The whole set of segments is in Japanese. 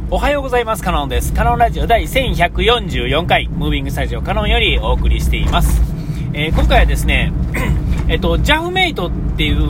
おはようございます。カノンです。カノンラジオ第1144回ムービングスタジオカノンよりお送りしています。今回はですねジャフメイトっていう、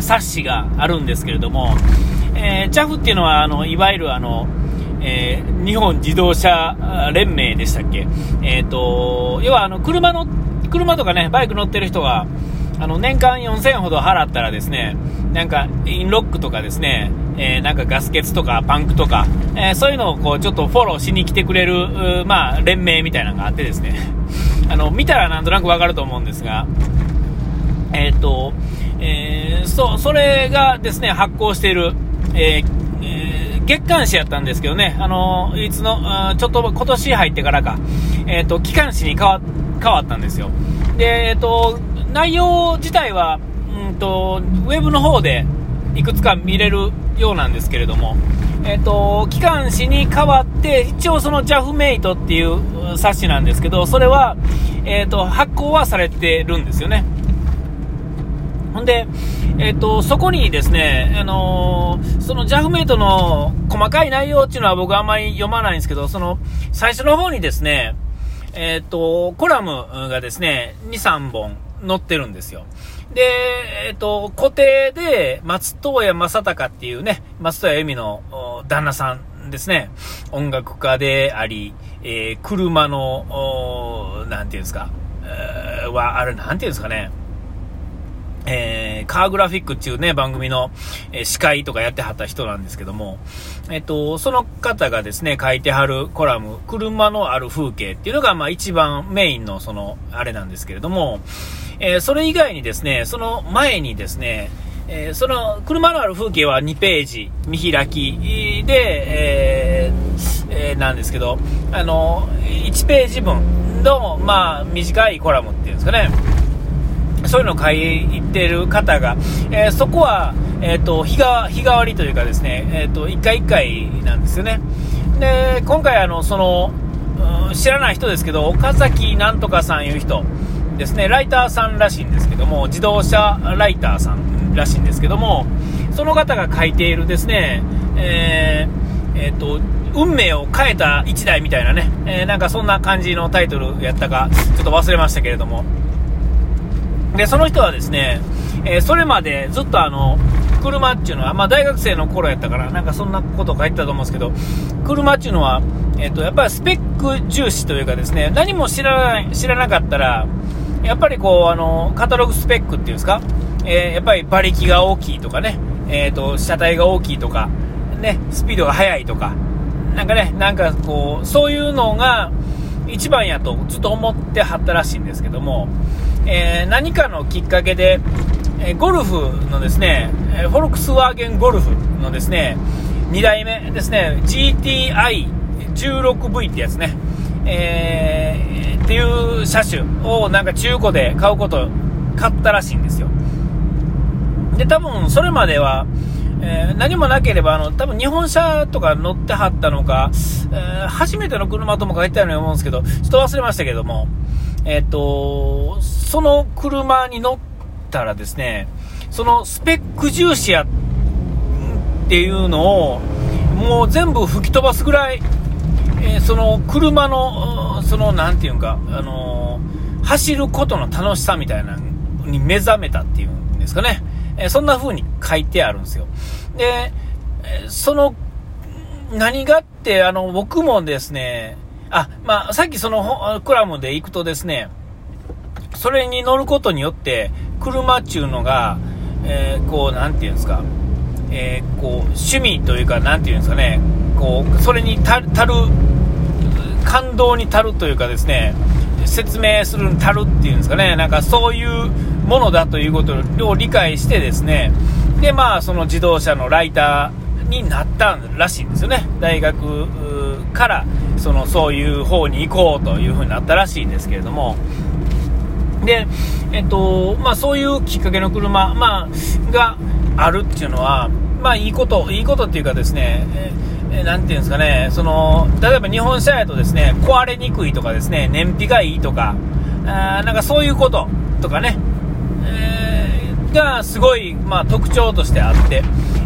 冊子があるんですけれども、ジャフっていうのはいわゆる日本自動車連盟でしたっけ。要は車とかね、バイク乗ってる人が年間4000円ほど払ったらですね、なんかインロックとかですね、なんかガス欠とかパンクとか、そういうのをこうちょっとフォローしに来てくれる、連盟みたいなのがあってですね見たらなんとなくわかると思うんですが、それがですね発行している、月刊誌やったんですけどね、いつのちょっと今年入ってからか、機関誌に変わったんですよ。で、内容自体はウェブの方でいくつか見れるようなんですけれども、機関誌に変わって一応そのジャフメイトっていう冊子なんですけど、それは、発行はされてるんですよね。ほんで、そこにですね、そのジャフメイトの細かい内容っていうのは僕はあんまり読まないんですけど、その最初の方にですね、コラムがですね 2,3 本載ってるんですよ。で、固定で松任谷正隆っていうね、松任谷由実の旦那さんですね、音楽家であり、車のなんていうんですか、あれなんていうんですかね、カーグラフィックっていうね番組の、司会とかやってはった人なんですけども、その方がですね書いてはるコラム、車のある風景っていうのが一番メインのそのあれなんですけれども、それ以外にですね、その前にですね、その車のある風景は2ページ見開きで、なんですけど、1ページ分の短いコラムっていうんですかね、そういうのを書いてる方が、そこは、日替わりというかですね、一回一回なんですよね。で、今回知らない人ですけど、岡崎なんとかさんいう人ですね、ライターさんらしいんですけども、自動車ライターさんらしいんですけども、その方が書いているですね、運命を変えた一台みたいなね、なんかそんな感じのタイトルやったかちょっと忘れましたけれども、でその人はですね、それまでずっと車っていうのは、大学生の頃やったからなんかそんなこと書いてたと思うんですけど、車っていうのは、やっぱりスペック重視というかですね、何も知らなかったらやっぱりこうカタログスペックっていうんですか、やっぱり馬力が大きいとかね、車体が大きいとかね、スピードが速いとかなんかこうそういうのが一番やとずっと思ってはったらしいんですけども、何かのきっかけで、ゴルフのですね、フォルクスワーゲンゴルフのですね2代目ですね GTI16V ってやつね、っていう車種をなんか中古で買ったらしいんですよ。で多分それまでは、何もなければ多分日本車とか乗ってはったのか、初めての車とも書いてあるように思うんですけど、ちょっと忘れましたけども、その車に乗ったらですね、そのスペック重視やっていうのをもう全部吹き飛ばすぐらい、その車のなんていうか、走ることの楽しさみたいなのに目覚めたっていうんですかね、そんな風に書いてあるんですよ。でその何がって僕もですね、さっきそのコラムで行くとですね、それに乗ることによって車っていうのが、こうなんていうんですか、こう趣味というかなんていうんですかね、こうそれに足る感動に足るというかですね、説明するに足るっていうんですかね、なんかそういうものだということを理解してですね、でその自動車のライターになったらしいんですよね。大学からそういう方に行こうという風になったらしいんですけれども、でそういうきっかけの車、があるっていうのは、いいことっていうかですね、なんていうんですかね、例えば日本車やとですね、壊れにくいとかですね、燃費がいいとか、なんかそういうこととかね、がすごい、特徴としてあって、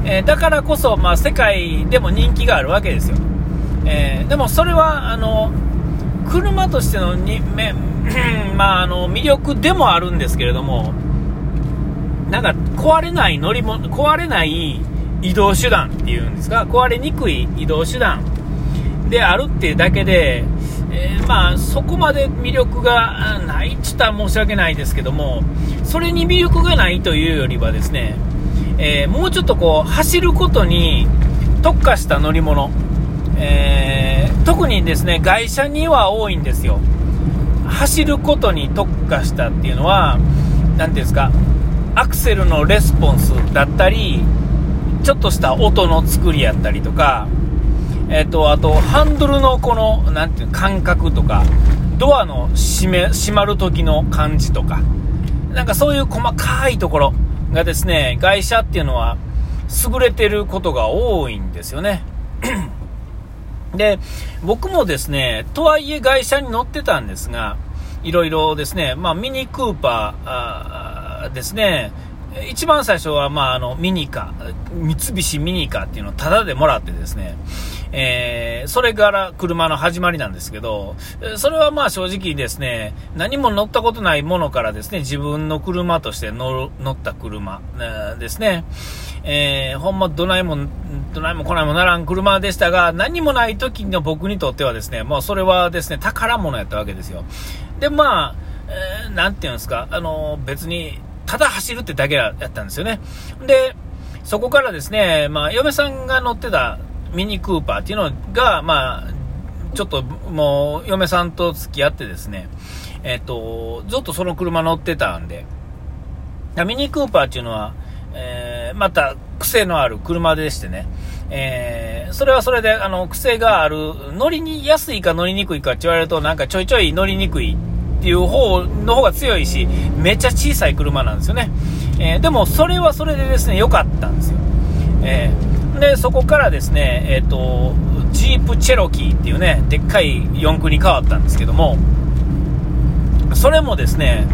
だからこそ、世界でも人気があるわけですよ。でもそれは車としての魅力でもあるんですけれども、なんか壊れない乗り物、壊れない移動手段っていうんですか、壊れにくい移動手段であるっていうだけで、そこまで魅力がないって言ったら申し訳ないですけども、それに魅力がないというよりはですね、もうちょっとこう走ることに特化した乗り物、特にですね外車には多いんですよ。走ることに特化したっていうのは何ていうんですか、アクセルのレスポンスだったり、ちょっとした音の作りやったりとか、あとハンドルのこのなんていう感覚とか、ドアの閉まる時の感じとか、なんかそういう細かいところがですね、外車っていうのは優れてることが多いんですよね。で、僕もですね、とはいえ外車に乗ってたんですが、いろいろですね、ミニクーパーですね、一番最初はミニカ、三菱ミニカっていうのをタダでもらってですね、それから車の始まりなんですけど、それは正直ですね、何も乗ったことないものからですね、自分の車として乗った車、ですね、ほんまどないも来ないもならん車でしたが、何もない時の僕にとってはですね、それはですね宝物やったわけですよ。でなんていうんですか、別にただ走るってだけやったんですよね。でそこからですね、嫁さんが乗ってたミニクーパーっていうのがちょっともう嫁さんと付き合ってですね、ずっとその車乗ってたんで、ミニクーパーっていうのは、また癖のある車でしてね、それはそれで癖がある、乗りに安いか乗りにくいかって言われると、なんかちょいちょい乗りにくいっていう方が強いし、めっちゃ小さい車なんですよね。でもそれはそれでですね良かったんですよ。でそこからですね、ジープチェロキーっていうねでっかい四駆に変わったんですけども、それもですね、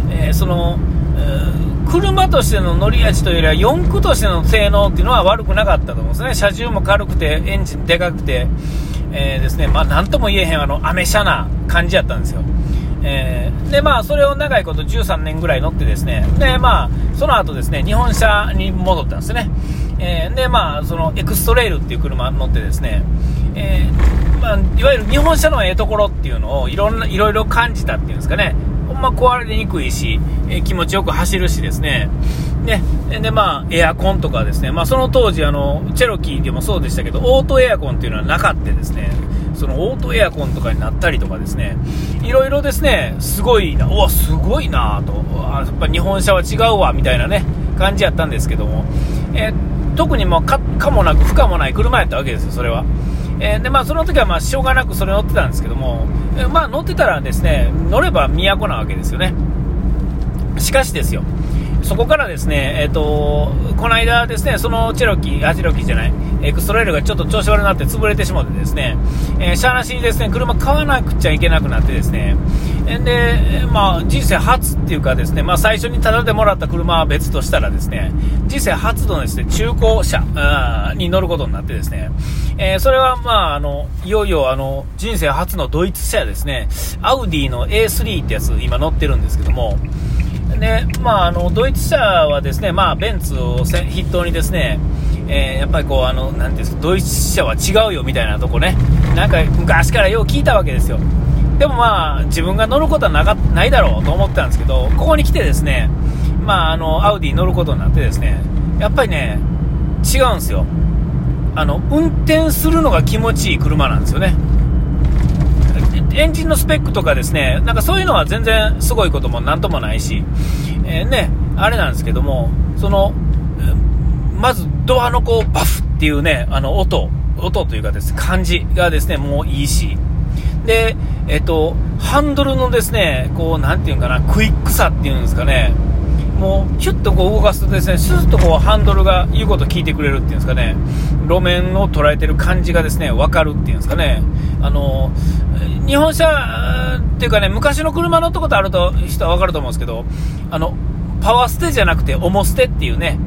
車としての乗り味というよりは四駆としての性能っていうのは悪くなかったと思うんですね。車重も軽くてエンジンでかくて、ですね、なんとも言えへんアメ車な感じやったんですよ。でそれを長いこと13年ぐらい乗ってですね、でその後ですね日本車に戻ったんですね。でそのエクストレイルっていう車に乗ってですね、いわゆる日本車のところっていうのをいろいろ感じたっていうんですかね。ほんま壊れにくいし、気持ちよく走るしですね。でエアコンとかですね、その当時チェロキーでもそうでしたけど、オートエアコンっていうのはなかったですね。そのオートエアコンとかになったりとかですね、いろいろですね、すごいなと、やっぱ日本車は違うわみたいなね感じやったんですけども、特に可もなく不可もない車やったわけですよ、それは。でその時はしょうがなくそれ乗ってたんですけども、乗ってたらですね、乗れば都なわけですよね。しかしですよ、そこからですね、この間ですね、そのチェロキーじゃない、エクストレイルがちょっと調子悪くなって潰れてしまってですね、しゃーなしにですね、車買わなくちゃいけなくなってですね、で、人生初っていうかですね、最初にタダでもらった車は別としたらですね、人生初のですね、中古車に乗ることになってですね、それはいよいよ人生初のドイツ車ですね、アウディの A3 ってやつ今乗ってるんですけども、でドイツ車はですね、ベンツを筆頭にですね、やっぱりなんていうんですか、ドイツ車は違うよみたいなとこね、なんか昔からよう聞いたわけですよ。でも自分が乗ることはないだろうと思ってたんですけど、ここに来てですね、アウディ乗ることになってですね、やっぱりね違うんですよ。運転するのが気持ちいい車なんですよね。エンジンのスペックとかですね、なんかそういうのは全然すごいこともなんともないし、あれなんですけども、まずドアのバフっていうね、音というかですね、感じがですねもういいし、でハンドルのですねなんていうかな、クイックさっていうんですかね、もうヒュッと動かすとですね、スーッとハンドルが言うこと聞いてくれるっていうんですかね、路面を捉えてる感じがですね分かるっていうんですかね。日本車っていうかね、昔の車乗ったことある人は分かると思うんですけど、パワーステじゃなくて重ステっていうね、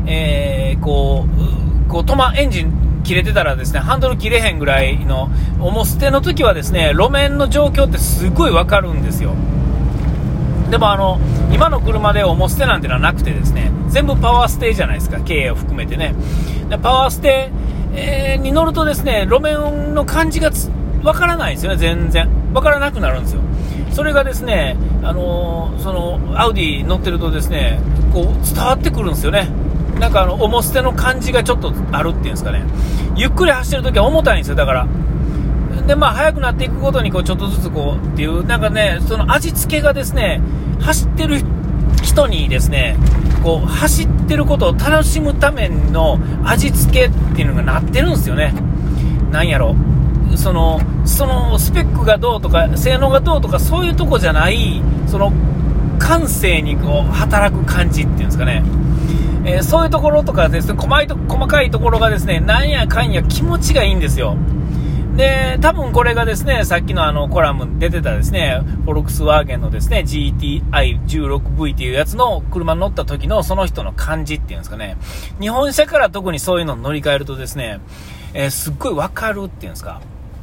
エンジン切れてたらですね、ハンドル切れへんぐらいの重捨ての時はですね、路面の状況ってすごいわかるんですよ。でも今の車で重捨てなんてのはなくてですね、全部パワーステじゃないですか、軽を含めてね。でパワーステ、に乗るとですね、路面の感じがわからないんですよね。全然わからなくなるんですよ。それがですね、アウディ乗ってるとですね、こう伝わってくるんですよね。なんか重捨ての感じがちょっとあるっていうんですかね。ゆっくり走ってるときは重たいんですよ。だからで、速くなっていくごとにこうちょっとずつこうっていう、なんかね、その味付けがですね、走ってる人にですね、こう走ってることを楽しむための味付けっていうのがなってるんですよね。なんやろ、そのスペックがどうとか性能がどうとかそういうとこじゃない、その感性にこう働く感じっていうんですかね。そういうところとかですね、細かいところがですね、なんやかんや気持ちがいいんですよ。で、多分これがですね、さっきのコラムに出てたですね、フォルクスワーゲンのですね、GTI16V っていうやつの車に乗った時のその人の感じっていうんですかね。日本車から特にそういうのを乗り換えるとですね、すっごいわかるっていうんですか。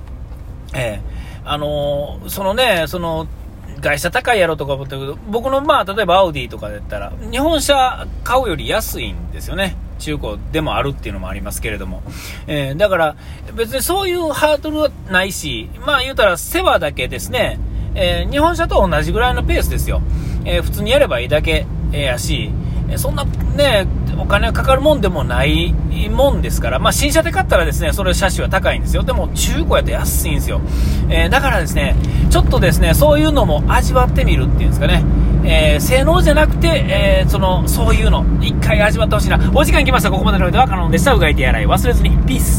外車高いやろとか思ったけど、僕の例えばアウディとかだったら日本車買うより安いんですよね。中古でもあるっていうのもありますけれども、だから別にそういうハードルはないし、言うたら世話だけですね、日本車と同じぐらいのペースですよ。普通にやればいいだけやし、そんなねお金がかかるもんでもないもんですから、新車で買ったらですね、それ車種は高いんですよ。でも中古やと安いんですよ。だからですね、ちょっとですね、そういうのも味わってみるっていうんですかね。性能じゃなくて、そういうの一回味わってほしいな。お時間来ました。ここまでのお相手はカノンでした。うがいてやらい忘れずに。ピース。